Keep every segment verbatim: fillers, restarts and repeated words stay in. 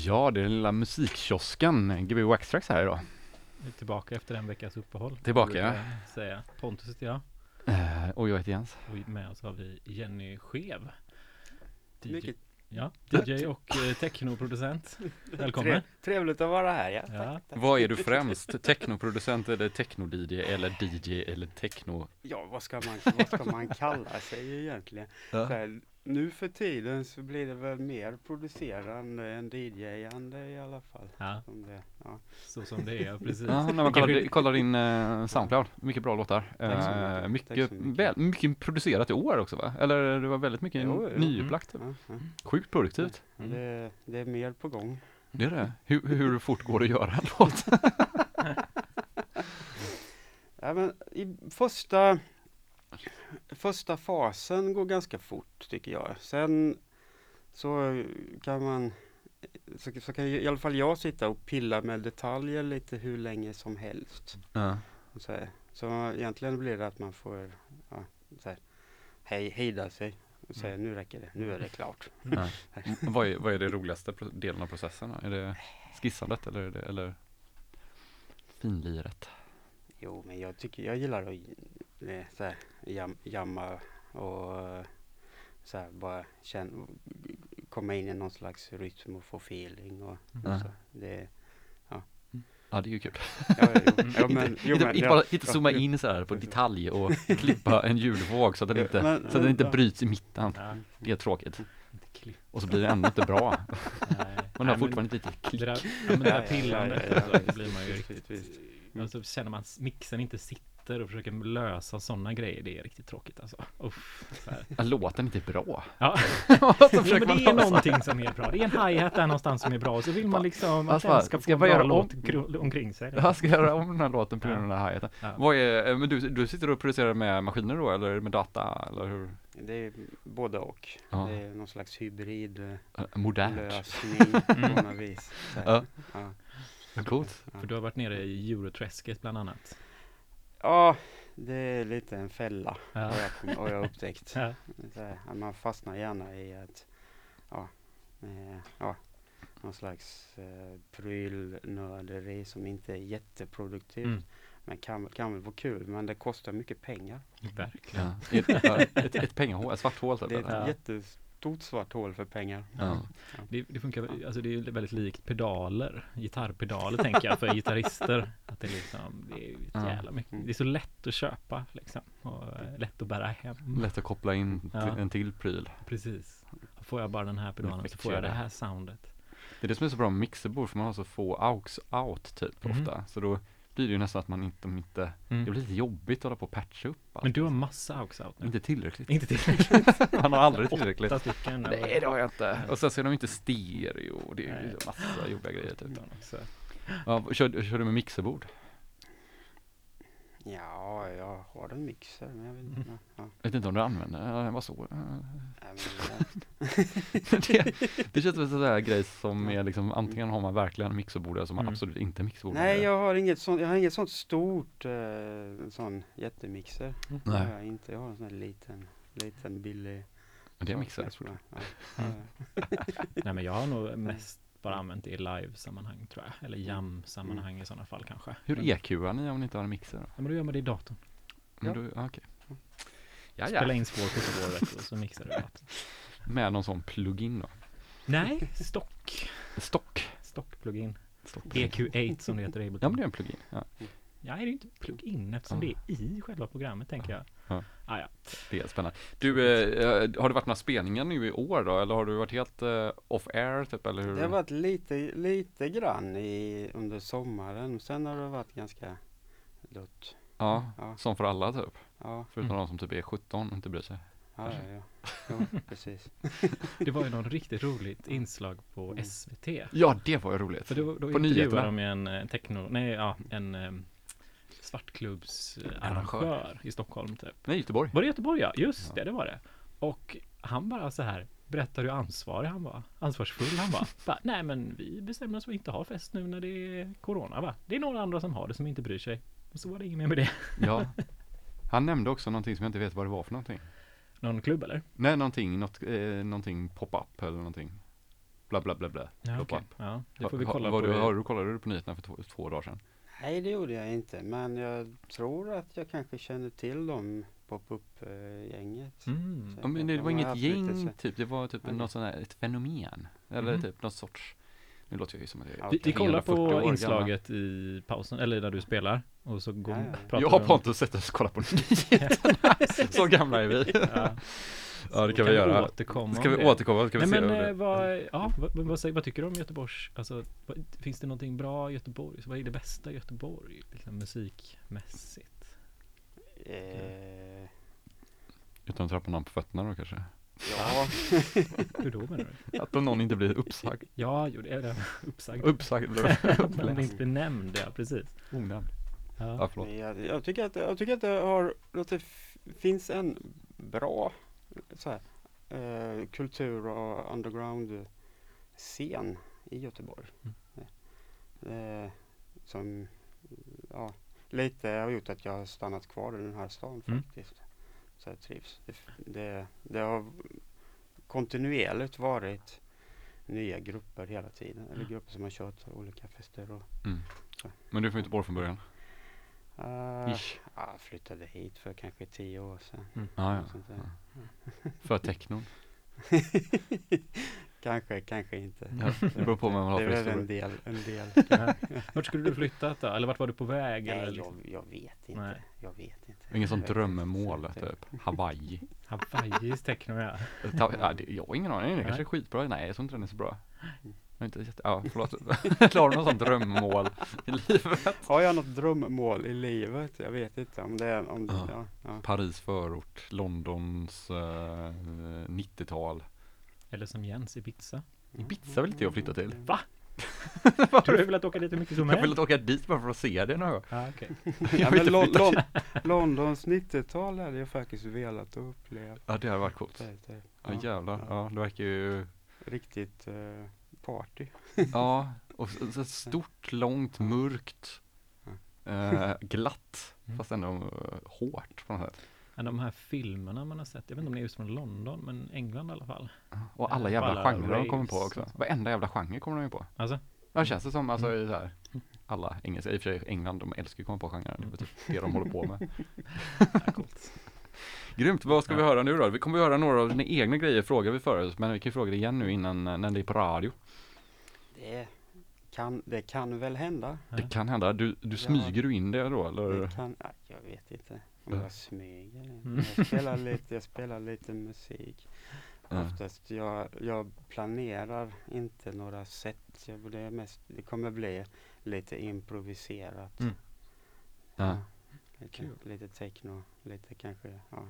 Ja, det är den lilla musikkiosken, G B Waxtrax här idag. Vi är tillbaka efter en veckas uppehåll. Tillbaka, ja. Säga. Pontus heter jag. Uh, och jag heter Jens. Och med oss har vi Jenny Skev. D J, Mycket. ja, D J och eh, technoproducent. Välkommen. Trev, trevligt att vara här, ja. Ja. Tack, tack. Vad är du främst? Technoproducent eller techno-D J eller D J eller techno? Ja, vad ska man, vad ska man kalla sig egentligen? Ja. Så här, nu för tiden så blir det väl mer producerande än D J-ande i alla fall. Ja, Som det, ja. så som det är, precis. Ja, när man kollar, kollar in uh, Soundcloud, mycket bra låtar. Tack så Uh, mycket. mycket, Tack så mycket. väl, mycket producerat i år också, va? Eller det var väldigt mycket Jo, jo. nyupplagt. Ja, ja. Sjukt produktivt. Mm. Det, det är mer på gång. Det är det. Hur, hur fort går det att göra en låt? Ja, men i första, första fasen går ganska fort tycker jag. Sen så kan man, så, så kan ju, i alla fall jag sitta och pilla med detaljer lite hur länge som helst. Ja. Så, här. Så egentligen blir det att man får ja, så här, hej, hejda sig och säga nu räcker det, nu är det klart. Ja. vad, är, vad är det roligaste pro- delen av processen? Är det skissandet eller, är det, eller finliret? Jo, men jag tycker jag gillar att eh, så här, jam, jamma och så här, bara känna, komma in i någon slags rytm och få feeling och, Mm. och så. Det, Ja, det är ju kul. ja, jo, ja, men, jo, inte, men, inte ja, bara inte ja, zooma jo. in så här på detalj och klippa en ljudvåg så att den Ja, inte, men- så att den inte ja. bryts i mitten. Ja, Det är tråkigt. inte klipp. Och så blir det ändå inte bra. Nej. Man Nej, har men fortfarande lite det klick. där, ja, men det Ja, där ja, pillandet, ja, ja, ja. så blir man ju Visst, riktigt... visst. Och så känner man att mixen inte sitter och försöker lösa sådana grejer. Det är riktigt tråkigt alltså. Uff, så här. Ja, låten inte är bra. Ja, Så jo, försöker men man det är lösa. någonting som är bra. Det är en hi-hat där någonstans som är bra. Och så vill man liksom att Alltså, den ska ska få jag bara en bra göra låt om- kro- omkring sig. Jag ska göra om den här låten på grund av den här hi-haten. Ja. Vad är, men du, du sitter och producerar med maskiner då, eller med data, eller hur? Det är både och. Ja. Det är någon slags hybrid eh, Eh, Modernt. lösning på något vis. Så här. Ja. Ja. Coolt. För du har varit nere i Euroträsket bland annat. Ja, det är lite en fälla Ja. har jag, kom- har jag upptäckt. Ja. Så här, att man fastnar gärna i att ja, eh, ja, någon slags eh, prylnörderi som inte är jätteproduktivt. Mm. Men kan, kan väl vara kul, men det kostar mycket pengar. Verkligen. Ja. Ett, ja, ett, ett pengahål, ett svart hål typ. Det är ett eller? Ja. jättestort svart hål för pengar. Ja. Det, det funkar, alltså det är ju väldigt likt pedaler, gitarrpedaler tänker jag för gitarrister. Att det är liksom, det är ju ett Ja. jävla mycket, det är så lätt att köpa liksom. Och eh, lätt att bära hem. Lätt att koppla in till Ja. en till pryl. Precis. Får jag bara den här pedalen så får jag det här soundet. Det är det som är så bra med mixerbord, för man har så få aux out typ Mhm. ofta. Så då blir det ju nästan att man inte, inte Mm. det blir lite jobbigt att hålla på och patcha upp allt. Men du har massa aux out nu. Inte tillräckligt. Inte tillräckligt. Man har aldrig tillräckligt. Åtta stycken. Nej, det har jag inte. Och sen så är de inte stereo. Det är ju Nej. massa jobbiga grejer typ. Så. Ja, kör, kör du med mixerbord? Ja, jag har en mixer, men jag vet inte. Mm. Ja. Jag vet inte om du använder den. Den var så. Nej, men, ja. det, det känns som en sån där grej som är liksom, antingen har man verkligen mixerbord eller som man Mm. absolut inte mixerbord. Nej, jag har inget sånt, jag har inget sånt stort eh, sån jättemixer. Nej. Det har jag inte. Jag har en sån här liten, liten billig. Men det är sån mixer. som- Ja, ja. Nej men jag har nog mest bara använt det i live-sammanhang tror jag. Eller jam-sammanhang i sådana fall kanske. Hur Men- E Q:ar ni om ni inte har en mixer? Då? Ja, men då gör man det i datorn. Men Ja. då, ja, okej. Ja, Spela ja. in spår på spåret och så mixar du i datorn. Med någon sån plugin då. Nej, stock. Stock. Stock-plugin. Stock. E Q åtta som det heter i Ableton. Ja, men det är en plugin. Ja, Ja, är det inte plug-in eftersom Ja. det är i själva programmet tänker jag. Ja. Ah, ja. det är spännande. Du, eh, har det varit några spelningar nu i år då? Eller har du varit helt eh, off-air typ? Eller hur? Det har varit lite, lite grann i, under sommaren. Sen har det varit ganska dött. Ja, Ja. som för alla typ. Ja, Förutom Mm. de som typ är sjutton och inte bryr sig. ja, ja, ja. Jo, precis. Det var ju något riktigt roligt inslag på Mm. S V T. Ja, det var ju roligt. För då, då På intervjuade nyheterna. de en eh, techno, nej ja, en um, svartklubbsarrangör i Stockholm typ. Nej, Göteborg. Var det Göteborg? Ja, just Ja. det, det var det. Och han bara så här, berättar hur ansvarig han var. Ansvarsfull han var. Bara, nej men vi bestämmer oss för att inte ha fest nu när det är corona va. Det är några andra som har det som inte bryr sig. Och så var det inget mer med det. Ja. Han nämnde också någonting som jag inte vet vad det var för någonting. Någon klubb eller? Nej, någonting, något, eh, någonting pop-up eller någonting. bla bla bla bla. Ja, Pop okej. up. Ja, det får vi Ha- kolla var på. Du, i- har du kollade du på nyheterna för två, två dagar sedan? Nej, det gjorde jag inte. Men jag tror att jag kanske känner till dem pop-up-gänget. Mm. Ja, men det De var har inget haft lite gäng så- typ, det var typ Okej. något sån här, ett fenomen. Eller Mhm. typ någon sorts, nu låter jag ju som att jag är Ja, Vi, vi okej. kollar trehundrafyrtio år på gammal. inslaget i pausen, eller när du spelar. Och så går, Ja, ja. pratar Jag har vi om- Pontus sett oss kolla på nyheterna. Så gamla är vi. Ja. Ja, det Så kan vi göra. återkomma Ska om vi det. återkomma? Ska vi Nej se men hur eh, det... vad, ja, vad, vad, säger, vad tycker du om Göteborgs, alltså vad, finns det någonting bra i Göteborg? Så vad är det bästa i Göteborg, liksom musikmässigt? Eh, Utan att trappa någon på fötterna då kanske? ja, Hur då menar du? Att om någon inte blir uppsagd. Ja, jo, det är det. Uppsagd. Uppsagd blev Om man inte blir nämnd, ja precis. onämnd. Ja, Ja. förlåt. men jag, jag, tycker att, jag tycker att det har, att det f- finns en bra så här, eh, kultur och underground-scen i Göteborg. Eh, som ja, lite har gjort att jag har stannat kvar i den här stan Mm. faktiskt. Så jag trivs. Det, det, det har kontinuerligt varit nya grupper hela tiden. Eller grupper som har kört olika fester. Och, Mm. Men du får inte bort från början? uh, Ish. ja, jag flyttade hit för kanske tio år sedan. Mm. Ja, ja. Och sånt där. För technon? kanske, kanske inte. Ja, det beror på vad man har Det för är väl en historia. del. En del. Ja. Vart skulle du flyttat då? Eller vart var du på väg? Nej, eller jag, liksom? jag vet inte. Nej. Jag vet inte. Ingen sån Jag vet drömmål inte. typ? Hawaii? Hawaiis techno, ja. Ta, ja, det, jag har ingen aning, det Nej. kanske är skitbra. Nej, jag tror inte den är så bra. Jag är inte jätte, ja, förlåt. Eller har du någon sån drömmål i livet? Har jag något drömmål i livet? Jag vet inte om det är om det, Ja. ja. Ja. Paris förort, Londons eh, nittiotal. Eller som Jens i Ibiza. Ibiza vill inte jag flytta till. Va? Du har velat åka dit hur mycket som Jag vill helst? inte åka dit bara för att se det någon gång. Ja, okej. Ja, Jag vill men inte Lon- flytta Lon- Londons nittiotal hade jag faktiskt velat uppleva. Ja, det hade varit coolt. Det- det- Ja, ja, jävlar. Ja, det verkar ju... Riktigt eh, party. Ja, och så, så stort, långt, mörkt, eh, glatt, Mm. fast ändå eh, hårt på något sätt. Men de här filmerna man har sett, jag vet inte om det är just från London, men England i alla fall. Och alla Eh, jävla alla genrer de kommer på raves också. och så. Varenda jävla genre kommer de ju på. Alltså? Ja, det känns det som, alltså Mm. i så här, alla engelska, i och för sig England, de älskar ju att komma på genrer. Det är typ det de håller på med. Ja, coolt. Grymt, vad ska vi Ja. höra nu då? Vi kommer att höra några av dina egna grejer, frågar vi förut, men vi kan ju fråga det igen nu innan, eh, när det är på radio. Det kan, det kan väl hända. Ja. Det kan hända, du, du Ja. smyger du in det då, eller? Det kan, nej, jag vet inte om Ja. jag smyger. Mm. Jag spelar lite, jag spelar lite musik. Ja. Oftast jag, jag planerar inte några set. Jag, det, är mest, det kommer bli lite improviserat. Mm. Ja. Lite, Kul. lite techno, lite kanske, ja.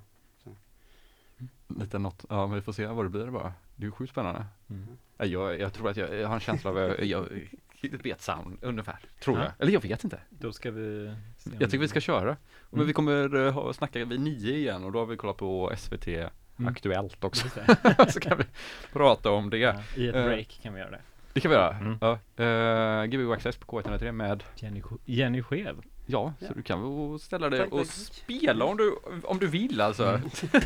Lite något, ja men vi får se vad det blir bara. Det är ju sjukt spännande. Mm. Ja, Jag, jag tror att jag, jag har en känsla av, jag, jag vet sound ungefär, tror Ja. jag. Eller jag vet inte. Då ska vi se om Jag tycker vi ska köra. Men Mm. vi kommer uh, ha, snacka vid nio igen och då har vi kollat på S V T Mm. Aktuellt också. Just det. Så kan vi prata om det. Ja, I ett Eh. break kan vi göra det. Det kan vi göra. Mm. Ja. Uh, G B O Access på K ett noll tre med, Jenny, Sch- Jenny Skev. ja, så Ja. du kan väl ställa dig Tack, och tack. spela om du, om du vill alltså.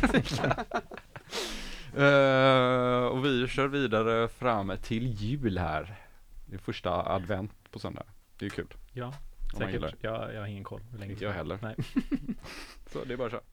Eh, och vi kör vidare fram till jul här. Det är första advent på söndag. Det är kul. Ja, Om man gillar säkert. Jag, jag har ingen koll. Hur länge Inte jag heller. Nej. Så det är bara så.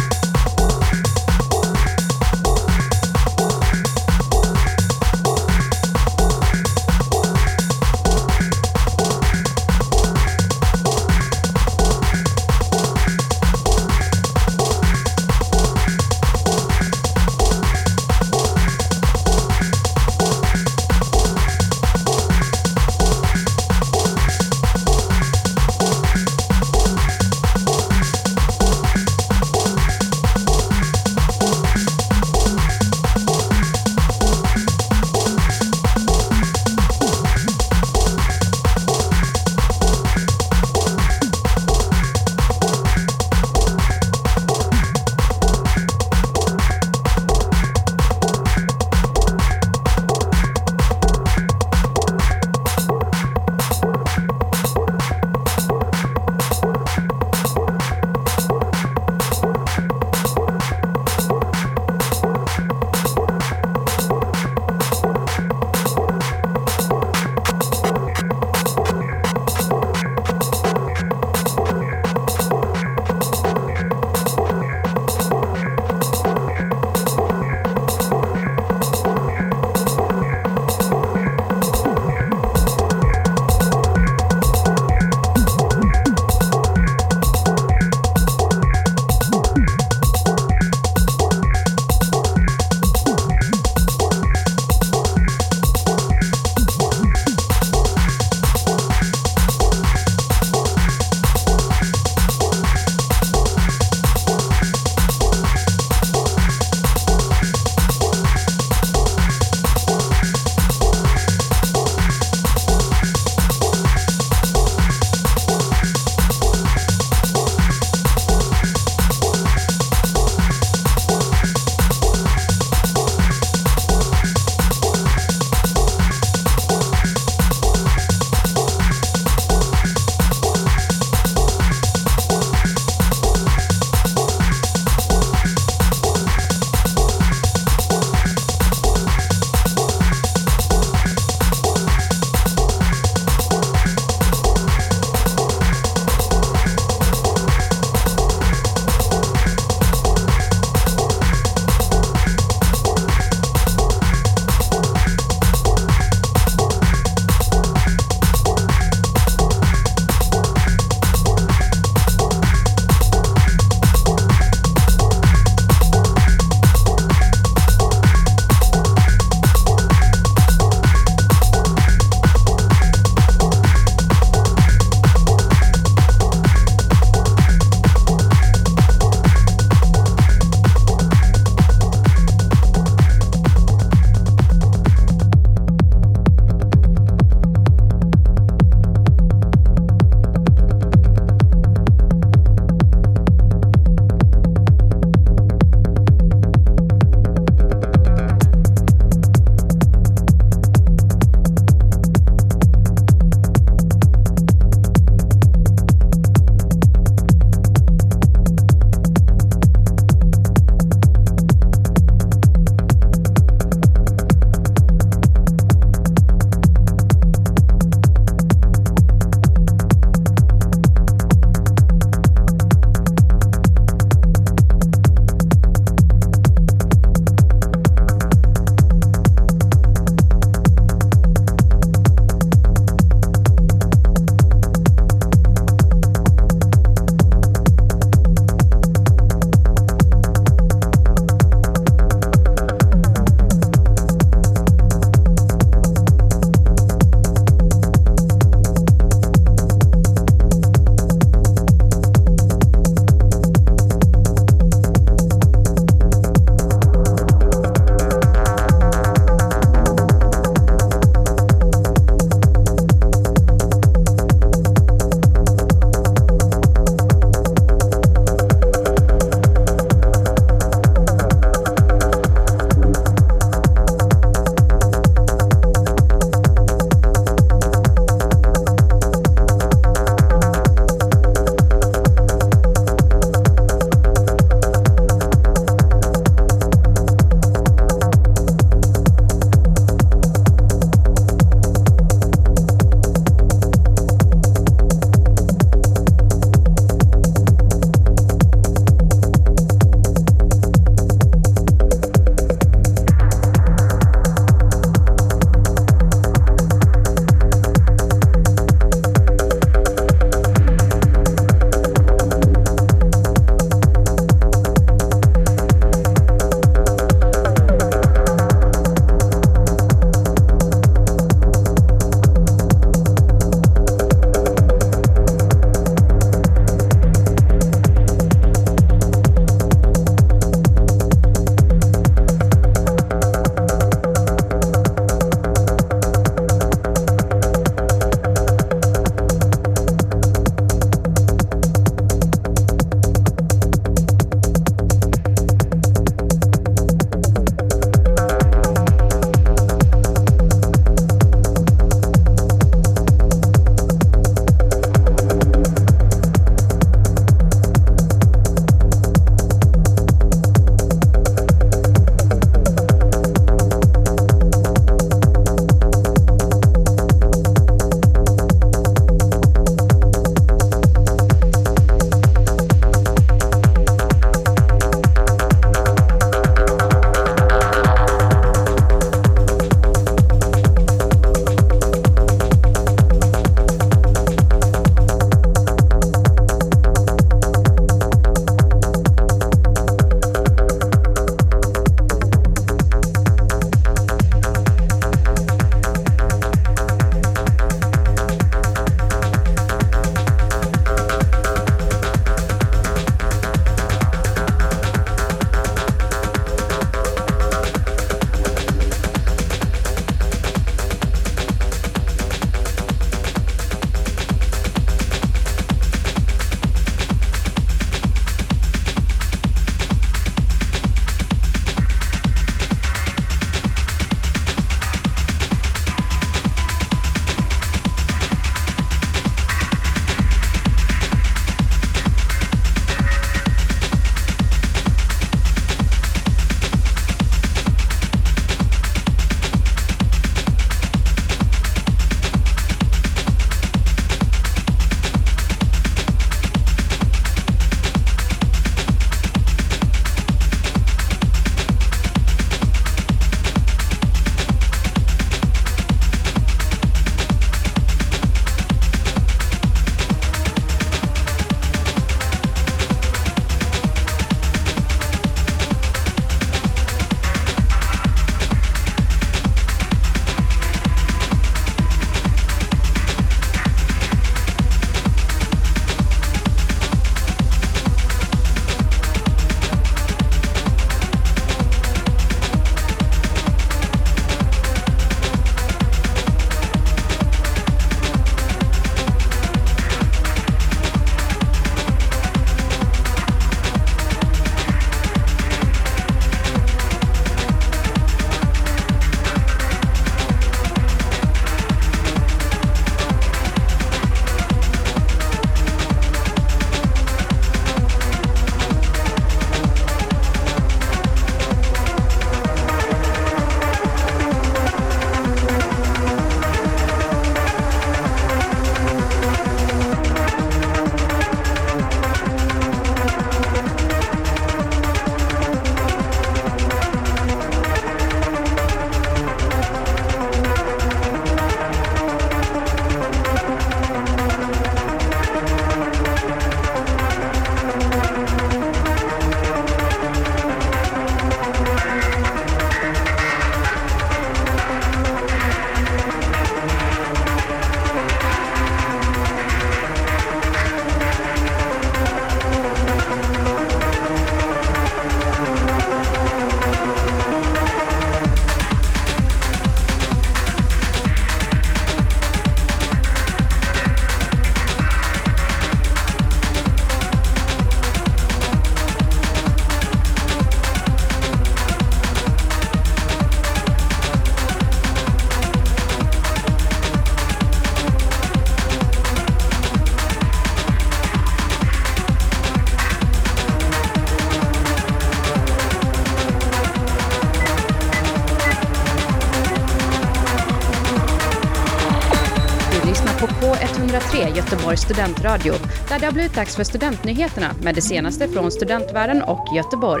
på K ett noll tre Göteborgs studentradio, där det har blivit dags för studentnyheterna med det senaste från studentvärlden och Göteborg.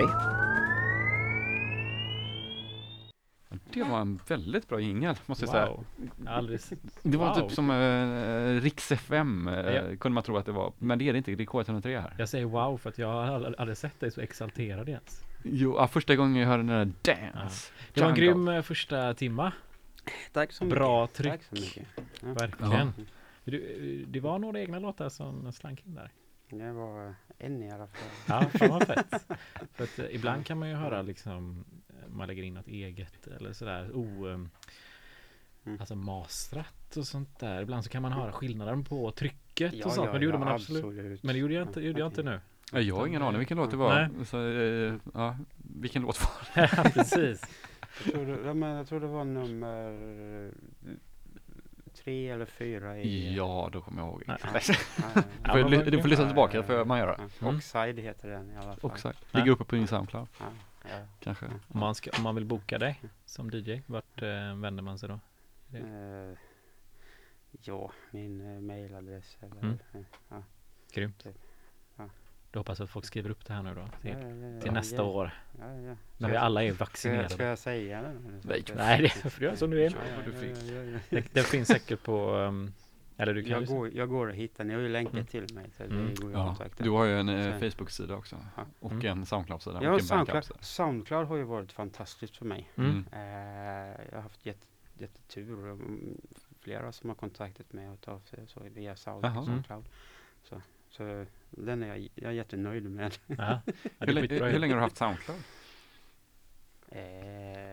Det var en väldigt bra jingel, måste jag säga. Wow. Aldrig... Det var wow. typ som eh, Riks F M, eh, Ja. kunde man tro att det var. Men det är det inte, det är K ett noll tre här. Jag säger wow för att jag har aldrig, aldrig sett dig så exalterad ens. Jo, ja, första gången jag hörde den där dance. Det var en Jungle. grym eh, första timma. Tack så mycket. Bra Tack tryck. så mycket. Ja. Verkligen. Du, det var några egna låtar som slank in där. Det var en i alla fall. Ja, fan vad fett. För att eh, ibland kan man ju höra liksom, eh, man lägger in något eget eller sådär, o, um, Mm. alltså mastrat och sånt där. Ibland så kan man höra skillnaden på trycket Ja, och sånt, ja, men det gjorde ja, man absolut. absolut. Men det gjorde jag inte, Ja, gjorde jag okej. inte nu. Ja, jag har ingen aning vilken låt det var. Nej. Så, eh, ja, vilken låt var det? Ja, precis. Jag tror, det, ja, men jag tror det var nummer tre eller fyra i... Ja, då kommer jag ihåg. Nej. Ja, Du ja, får, Ja, men ly- du verkligen. får lyssna ja, tillbaka, ja, det får man göra. ja. Mm. Oxide heter den i alla fall. Också. Ja. Ligger uppe på din Soundcloud, Ja, ja. kanske. Om man, ska, om man vill boka dig som D J, vart eh, vänder man sig då? Det- Eh, ja, min uh, mailadress eller... Mm. eh, ja. Grymt. Typ. Ja. Då hoppas jag att folk skriver upp det här nu då. Till, Ja, ja, ja, till ja, nästa ja. år. Ja, ja. När vi Ska- alla är Ska jag, vaccinerade. ska jag säga det? eller? Nej. Ska- Nej, det får du göra som du vill. Ja, ja, Vad du ja, fick. ja, ja. Det, det finns säkert på... Um, eller du kan Jag ju... går, jag går att hitta, ni har ju länkat Mm. till mig. Så Mm. det går ju att Ja, kontakta. du har ju en eh, Så- Facebook-sida också. Ja. Och Mm. en Soundcloud-sida. Ja, och en Soundcloud, Bandcamp-sida. Soundcloud har ju varit fantastiskt för mig. Mm. Mm. Eh, jag har haft jätte, jättetur. Mm, Flera som har kontaktat mig och tagit sig så via Sound, Jaha. Soundcloud. Så, så den är jag, jag är jättenöjd med. Ja, ja, det Hur, är lä- skitbra hur ju. länge har du haft Soundcloud? Eh,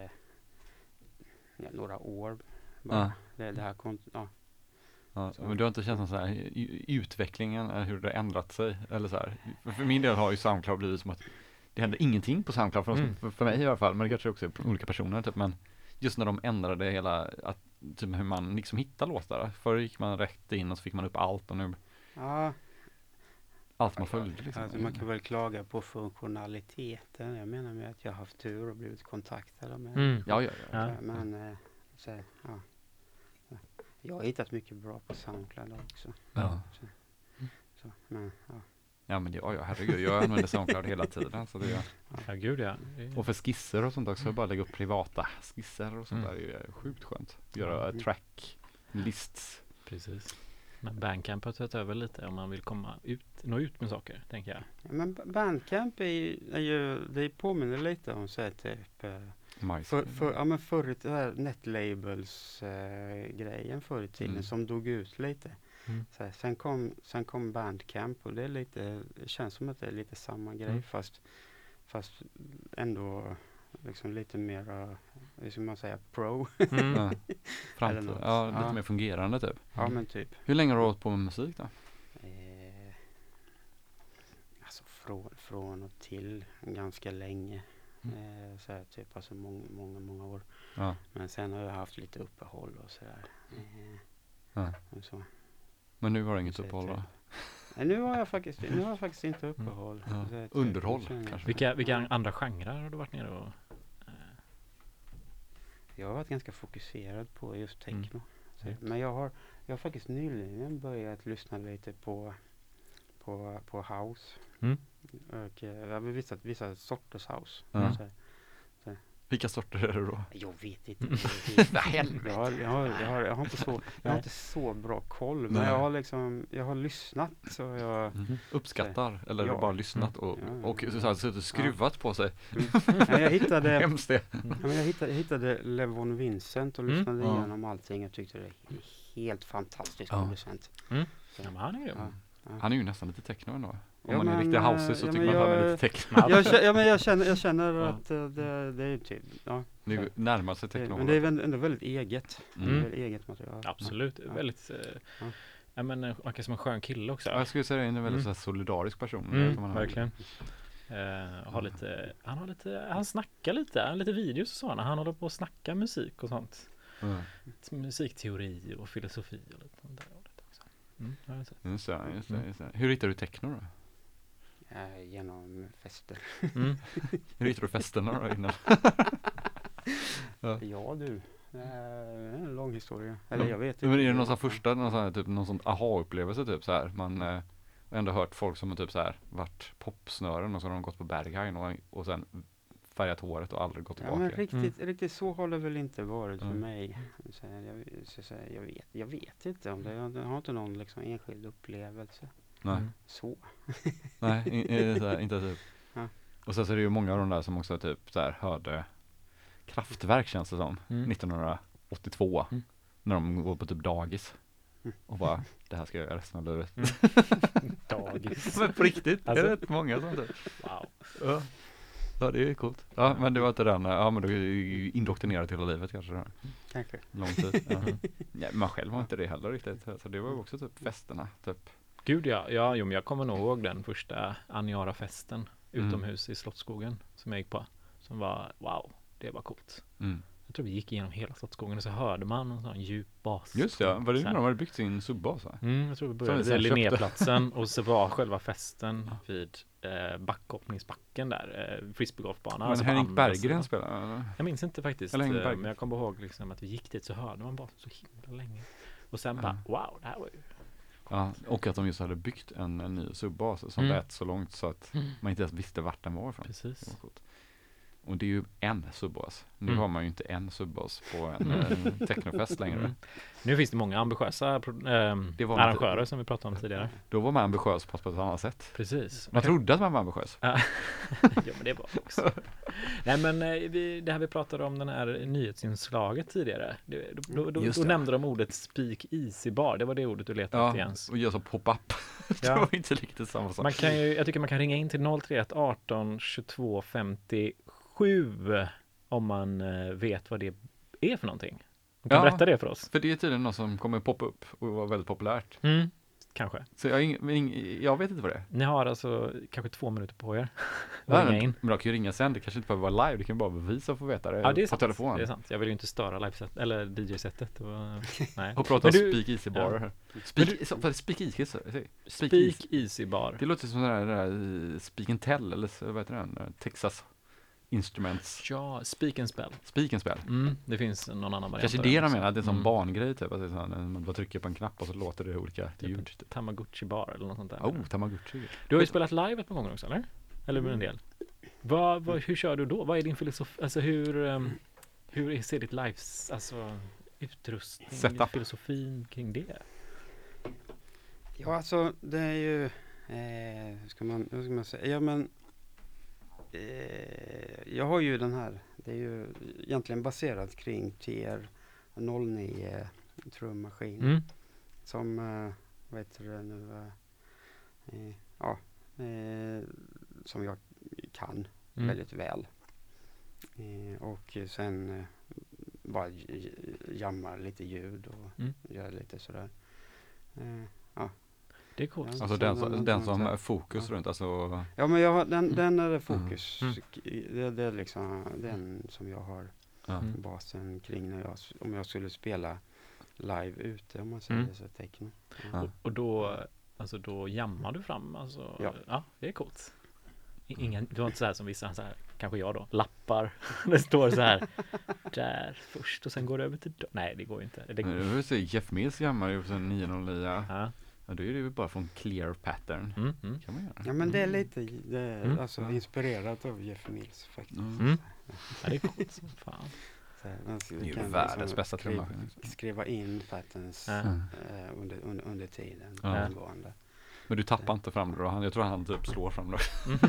ja, några år bara. Ja. Det, det här kont- ja. Ja, Så. men du har inte känt någon så här i, i utvecklingen, eller hur det har ändrat sig? Eller så här. För, för min del har ju Soundcloud blivit som att det händer ingenting på Soundcloud, för, Mm. för, för mig i alla fall, men det kanske också är på olika personer typ, men just när de ändrade hela, att, typ hur man liksom hittar låtar. Förr gick man rätt in och så fick man upp allt, och nu Ja, allt man följde liksom. alltså man kan väl klaga på funktionaliteten. Jag menar med att jag har haft tur och blivit kontaktad av människor. Mm. Ja, ja, ja. Ja. Så, men eh, så, ja. Ja. Jag har hittat mycket bra på Soundcloud också. Ja. Så, så, men, ja. Ja, men det, ja, ja, herregud, jag använder Soundcloud hela tiden. Så det, Ja, gud ja. Det- och för skisser och sånt också, så bara lägga upp privata skisser och sånt Mm. där är ju sjukt skönt. Göra Mm. track, lists. Precis. Men Bandcamp har tagit över lite om man vill komma ut, nå ut med saker, tänker jag. Ja, men B- Bandcamp är ju, är ju, det påminner lite om så här typ eh, Majs. för, för, ja, men förr i tiden, netlabels eh, grejen förr i tiden Mm. som dog ut lite. Mm. Så här, sen, kom, sen kom Bandcamp och det är lite, det känns som att det är lite samma grej Mm. fast, fast ändå liksom lite mer, hur ska man säga, pro. Mm. Ja. Eller Framtid. något. Ja, lite Ja. mer fungerande typ. Ja men typ. Hur länge har du hållit på med musik då? Eh, alltså från, från och till ganska länge. Mm. Eh, så här, typ alltså många, många, många år. Ja. Men sen har jag haft lite uppehåll och sådär. Eh, Ja. och så. Men nu har du inget Så uppehåll typ. då? Nej, nu har jag faktiskt, nu har jag faktiskt inte uppehåll. Ja. Så här, typ, Underhåll, jag känner- kanske. Vilka, vilka andra genrer har du varit nere och... eh, Jag har varit ganska fokuserad på just techno. Så, Mm. men jag har, jag har faktiskt nyligen börjat lyssna lite på, på, på house. Mm. Och eh, jag har vissa, vissa sorters house. Ja. Så här, Vilka sorter är det då? jag vet inte. Mm. Jag, helvete. jag, har, jag, har, jag, har, jag, har inte så, jag har Nej. inte så bra koll. Men Nej. jag har liksom, jag har lyssnat. Så jag, Uppskattar? Eller Ja. bara lyssnat och, Mm. Ja, och ja, så, ja. så, här, suttit och skruvat på sig? ja, jag hittade Hemskt det. Ja, men jag, hittade, jag hittade Levon Vincent och Mm. lyssnade Ja. igenom allting. Jag tyckte det var helt fantastisk Ja. producent. Mm. Så, Ja, men han är grym. ja, ja. Han är ju nästan lite techno ändå. Om Ja, man är men, riktigt eh, house så ja, tycker men man att han är jag- lite techno. Ja, Jag, kä- ja, men jag känner, jag känner Ja. att eh, det, det är typ, ja. Det är ju närmar sig Det, techno. men det är väl ändå väldigt eget. Mm. Det är väldigt eget material. Absolut. Ja. Väldigt... eh, Ja. Ja, men eh, verkar som en skön kille också. Ja, jag skulle säga att han är en väldigt Mm. så här solidarisk person. Mm, vet man har- verkligen. Eh, har lite, han har lite, han snackar lite, han har lite videos och sådana. Han håller på att snacka musik och sånt. Ja. Musikteori och filosofi och lite sånt där. och lite också. Mm, har jag sett. Just det, just det, Mm. just det. Hur hittar du techno då? Eh, genom fester. Mm. Hur hittar du festerna då innan? Ja. Ja du. Eh, en lång historia. Eller jag vet inte. Men är det någon sån första, någon sån här, typ, någon sån aha-upplevelse typ så här? Man eh, har ändå hört folk som har typ så här varit popsnören och så har de gått på Berghain och, och sen färgat håret och aldrig gått Ja, tillbaka. men riktigt, riktigt så har det väl inte varit för Mm. mig. Så här, jag, så, så här, jag, vet, jag vet inte om det. Jag, jag har inte någon liksom, enskild upplevelse. Nej, Mm. Så. nej i, i, så här, inte typ. Ja. Och sen så är det ju många av de där som också typ så här hörde Kraftwerk känns det som, Mm. nittonhundraåttiotvå Mm. när de går på typ dagis Mm. och bara, det här ska jag göra resten av livet. Mm. Dagis. Men på riktigt, Alltså- det är rätt många som typ. Wow. Ja. Ja, det är coolt. Ja, men det var inte den, ja men du är ju indoktrinerad hela livet kanske då. Kanske. Lång tid. Ja. Ja, man själv var inte det heller riktigt. Så det var ju också typ festerna, typ. Gud ja, ja jo, men jag kommer nog ihåg den första Aniara-festen Mm. utomhus i Slottsskogen som jag gick på. Som var, wow, det var coolt. Mm. Jag tror vi gick igenom hela Slottsskogen och så hörde man en sån djup bas. Just ja, var det Så när här. de hade byggt sin subbas va? Mm, jag tror vi Som började vi sen vid köpte. Linnéplatsen och så var själva festen vid eh, backhoppningsbacken där, eh, frisbeegolfbanan. Men alltså på Henrik andra Berggren sidan. spelade, eller? Jag minns inte faktiskt, Eller Henrik eh, Berggren. men jag kommer ihåg liksom att vi gick dit så hörde man bara så himla länge. Och sen Ja. bara, wow, det här var ju... Ja, och att de just hade byggt en, en ny subbas som Mm. lät så långt så att man inte ens visste vart den var ifrån. Det Precis. var coolt. Och det är ju en subbas. Nu Mm. har man ju inte en subbas på en eh, technofest längre. Mm. Nu finns det många ambitiösa pro- ehm, Det var arrangörer lite- som vi pratade om tidigare. Då var man ambitiös på ett annat sätt. Precis. Man trodde att man var ambitiös. Ja, ja men det var också. Nej men eh, vi, det här vi pratade om den här nyhetsinslaget tidigare. Det, då då, då, Just då det. nämnde de ordet speak easy bar. Det var det ordet du letade efter Ja, Jens. och gör så pop-up. det Ja. var inte riktigt samma sak. Man kan ju, jag tycker man kan ringa in till noll tre ett arton tjugotvå femtiosju om man eh, vet vad det är för någonting. Du kan Ja. berätta det för oss. För det är tydligen något som kommer poppa upp och vara väldigt populärt. Mm, kanske. Så jag, har ing, ing, jag vet inte vad det är. Ni har alltså kanske två minuter på er att Ja, ringa men, in. men de kan ju ringa sen, det kanske inte behöver vara live, det kan bara vara vi som får veta det, Ja, det är på sant. telefon. Det är sant. Jag vill ju inte störa liveset eller D J-sättet. Det var- Nej. Och prata om Men du- speak easy bar. Ja. här. Speak, så, vad är speak easy, så, speak Speak easy. easy bar. Det låter som den där, den där speak and tell, eller så, vad heter den? där Texas Instruments. Ja, speak and spell. Speak and spel. Mm, det finns någon annan variant. Kanske av det den de också. menar, det är en sån Mm. barngrej typ. Att det är sån, man bara trycker på en knapp och så låter det olika Typ ljud. en Typ. Tamagotchi bar eller något sånt där. Oh, Tamagotchi. Du har ju spelat live ett par gånger också, eller? Eller med en del. Vad, vad, hur kör du då? Vad är din filosofi? Alltså hur, um, hur ser ditt lives, alltså utrustning, Setup. filosofin kring det? Ja, alltså det är ju, eh, hur, ska man, hur ska man säga, ja men eh, jag har ju den här, det är ju egentligen baserat kring T R noll nio trummaskin Mm. som, eh, vad heter det nu, eh, eh, ja, eh, som jag kan Mm. väldigt väl. Eh, och sen eh, bara j- jammar lite ljud och Mm. gör lite sådär. Eh, Det är coolt. Ja. Alltså Så den, den- som- den- den den- som så- är fokus ja. runt, alltså. Ja men jag har, den, Mm. den är det fokus. Mm. Det, det är liksom den som jag har Ja. Mm. basen kring när jag, om jag skulle spela live ute om man säger Mm. så techno. Ja. Och, och då, alltså då jammar du fram, alltså, Ja. ja, det är coolt. I- Ingen, du var inte så här som vissa, så här, kanske jag då, lappar. Det står så här, där först och sen går det över till, do- nej det går ju inte. Det, Men jag vill säga, Jeff Mills jammar ju på sin nio noll nio. ja. Ja, då är det ju bara från clear pattern. Mm, mm. Kan man göra. Ja men det är lite det är Mm. alltså Ja. inspirerat av Jeff Mills faktiskt. Mm. Mm. Ja, det är coolt som fan. Så här, alltså, Det är du ju kan världens liksom bästa skriva, trummaskin. skriva in patterns Ja. Mm. eh, under, under, under tiden. Ja. Omgående. Men du tappar inte fram det då? Han, jag tror han typ slår fram det.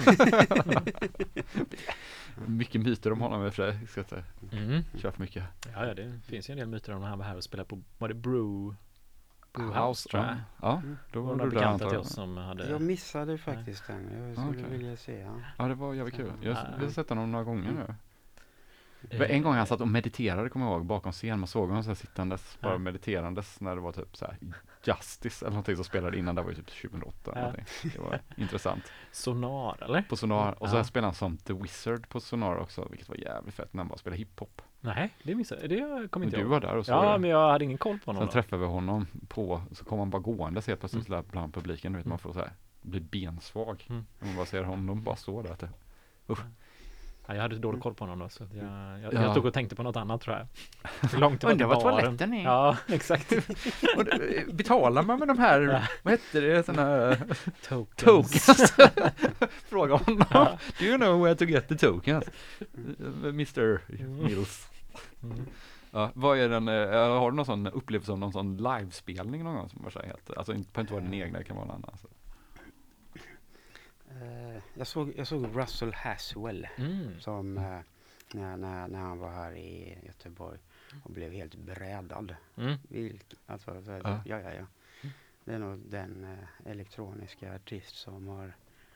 Mycket myter om honom i och för sig. Ska inte Mm. köra för mycket. Ja, ja, det finns ju en del myter om när han var här och spelade på, var det Brew? Brewhouse House, tror jag. Ja, Mm. då Det var var några du där bekanta till antagligen. oss som hade... Jag missade faktiskt den. Jag skulle Okej. vilja se. Ja. Ja, det var jävligt kul. Jag Ja. har sett honom några gånger nu. Det Eh, var en gång han satt och mediterade, kommer jag ihåg, bakom scen. Man såg honom så här sittandes, bara Ja. mediterandes när det var typ så här Justice eller någonting som spelade innan. Det var ju typ tjugohundraåtta eller Ja. någonting. Det var intressant. Sonar, eller? På Sonar, och så Ja. här spelade han som The Wizard på Sonar också, vilket var jävligt fett när han bara spelade hiphop. Nej, det missade jag. Det kommer Men inte du ihåg. var där och så Ja, men jag hade ingen koll på honom. sen då. träffade vi honom på, så kom han bara gående helt plötsligt Mm. där bland publiken, du vet Mm. man får så här, blir bensvag. Mm. Och man bara ser honom bara stå där. Typ. Usch. Ja, jag hade dålig koll på honom då, så att jag, jag, Ja. jag stod och tänkte på något annat tror jag. Hur långt det var Undrar till vad baren. toaletten är. Ja, exakt. Och det- betalar man med de här, vad heter det, sådana Tokens. tokens? Fråga honom. Ja. Do you know where to get the tokens? mister Mills. Mm. Ja, vad är den, eh, har du någon sån upplevelse av någon sån livespelning någon gång som var så här helt, alltså inte, behöver inte vara din egna, det kan vara en annan. Så. Eh, jag, såg, jag såg Russell Haswell Mm. som eh, när, när, när han var här i Göteborg och blev helt brädad. Mm. Vilk, alltså, så, Ja. ja. Ja, ja, ja. Det är nog den eh, elektroniska artist som har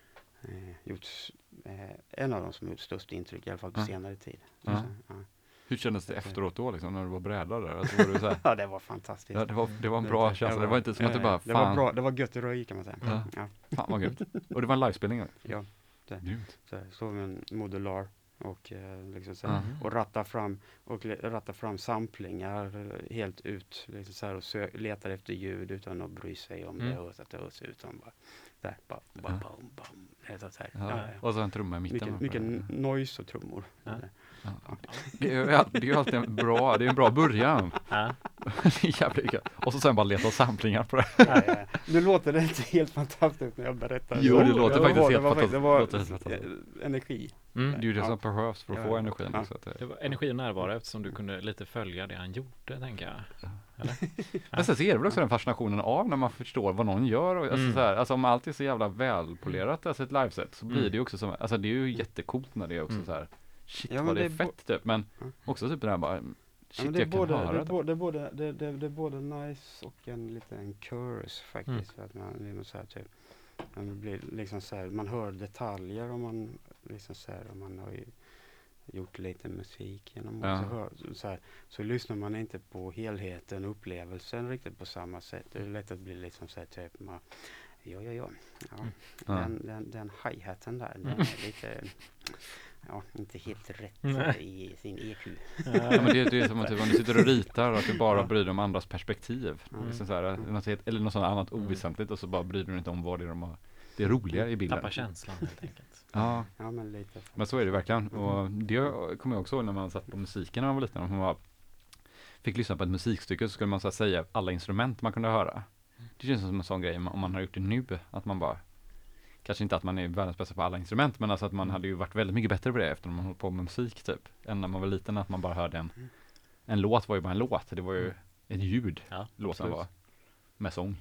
eh, gjort, s- eh, en av dem som har gjort störst intryck, i alla fall på Ja. senare tid. Ja. Så, ja. Hur kändes det efteråt då liksom, när du var brädad där? Alltså, var du så här, Ja, det var fantastiskt. ja, det, var, det var en bra känsla, det var inte som att du bara, det var fan, bra, det var gött röj kan man säga. Ja. Ja. fan vad grymt. Och det var en livespelning? Ja, det. Grymt. Så här, såg en modular och eh, liksom så här, Ja. och ratta fram och le- ratta fram samplingar eh, helt ut liksom så här, och sö- letar efter ljud utan att bry sig om Mm. det hörs att det hörs utan bara där bara, bara Ja. bam, bam, det är så här. Ja. Ja, ja, ja. Och så en trumma i mitten. Mycket, mycket n- noise och trummor. Ja. Ja. Det är ju all- det är ju alltid en bra, det är en bra början. Ja. Det är jävligt gött. Och så sen bara leta samplingar på det. Ja, ja. Nu låter det inte helt fantastiskt när jag berättar. Jo, det låter var- faktiskt det helt var, fantastiskt. Det var, Låter helt fantastiskt. eh, energi. Mm. Det är ju det Ja. som behövs för att Ja, få ja. energin. Ja. Så att det... Det var energi och närvaro eftersom du kunde lite följa det han gjorde, tänker jag. Men sen så är det väl också den fascinationen av när man förstår vad någon gör. Och, alltså, Mm. så här, alltså om allt är så jävla välpolerat, alltså ett liveset, så blir Mm. det ju också som, alltså det är ju jättecoolt när det är också Mm. så här, shit Ja, men vad det är det är bo- fett typ, men Ja. också typ det här bara, Ja, shit men det, är jag kan både, höra det, det. är både, det, är både, det, det, det är både nice och en liten curse faktiskt. Mm. För att man, liksom så här, typ, man blir liksom så här, man hör detaljer om man liksom så här, om man har ju gjort lite musik genom Ja. år, så, hör, så, här, så lyssnar man inte på helheten och upplevelsen riktigt på samma sätt. Det är lätt att bli liksom så här, typ man, ja, ja, ja, ja. Ja. Den, den, den hi-haten där, den Mm. är lite, ja, inte helt rätt Nej. i sin E Q. Ja, men det, det är som att typ, om du sitter och ritar och att du bara bryr dig om andras perspektiv. Mm. Liksom så här, något helt, eller något sånt annat Mm. oväsentligt och så bara bryr du dig inte om vad det är de har, det roliga i bilden. Tappa känslan helt enkelt. Ja, Ja, men lite. men så är det verkligen. Och det kommer jag också ihåg när man satt på musiken när man var liten. Om man var, fick lyssna på ett musikstycke så skulle man så här, säga alla instrument man kunde höra. Det känns som en sån grej om man har gjort det nu. Att man bara, kanske inte att man är världens bästa på alla instrument, men alltså att man hade ju varit väldigt mycket bättre på det efter att man hållit på med musik typ. Än när man var liten, att man bara hörde en, en låt var ju bara en låt. Det var ju ett ljud, Ja, låten absolut. var. Med sång.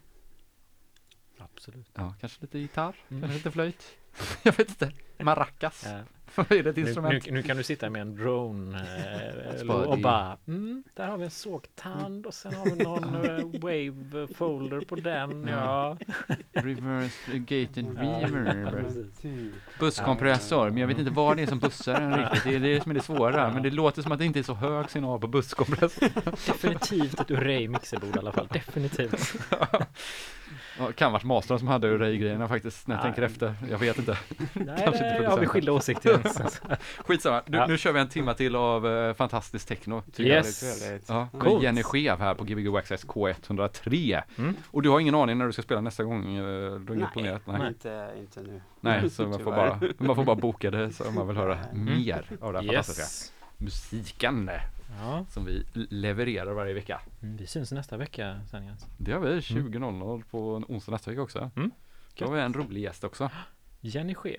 Absolut. Ja, kanske lite gitarr, Mm. kanske lite flöjt. Jag vet inte. Maracas. Ja. Vad är det ett Nu, instrument? nu, nu kan du sitta med en drone eh, Bara och det. bara mm, där har vi en sågtand och sen har vi någon eh, wave folder på den. Ja. Reverse gated Ja. reverb. Precis. Busskompressor, men jag vet inte vad det är som bussar den riktigt. Det är det som är det svåra. Men det låter som att det inte är så hög signal på busskompressor. Definitivt ett Urray mixerbord i alla fall. Definitivt. Ja, kan varit Mastron som hade Urray-grejerna faktiskt, när jag Ja. tänker efter. Jag vet inte. Nej, Kanske inte det har vi producenten. skilda åsikter. Skitsamma, nu, Ja. nu kör vi en timma till av uh, fantastisk techno. Yes. Ja, med Coolt. Jenny Schev här på Gbg Access K etthundratre. Mm. Och du har ingen aning när du ska spela nästa gång? Uh, du har inget Nej, planerat? Nej. Inte, inte nu. Nej, så man får, Tyvärr. bara, man får bara boka det så man vill höra Mm. mer av det här fantastiska Yes. musiken Ja. som vi l- levererar varje vecka. Mm, vi syns nästa vecka sen Jens. Det har vi tjugo noll noll på en onsdag nästa vecka också. Mm. Då har vi en rolig gäst också. Jenny Schev.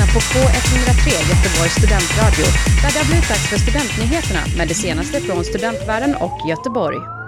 på K etthundratre Göteborgs studentradio där det har blivit dags för studentnyheterna med det senaste från studentvärlden och Göteborg.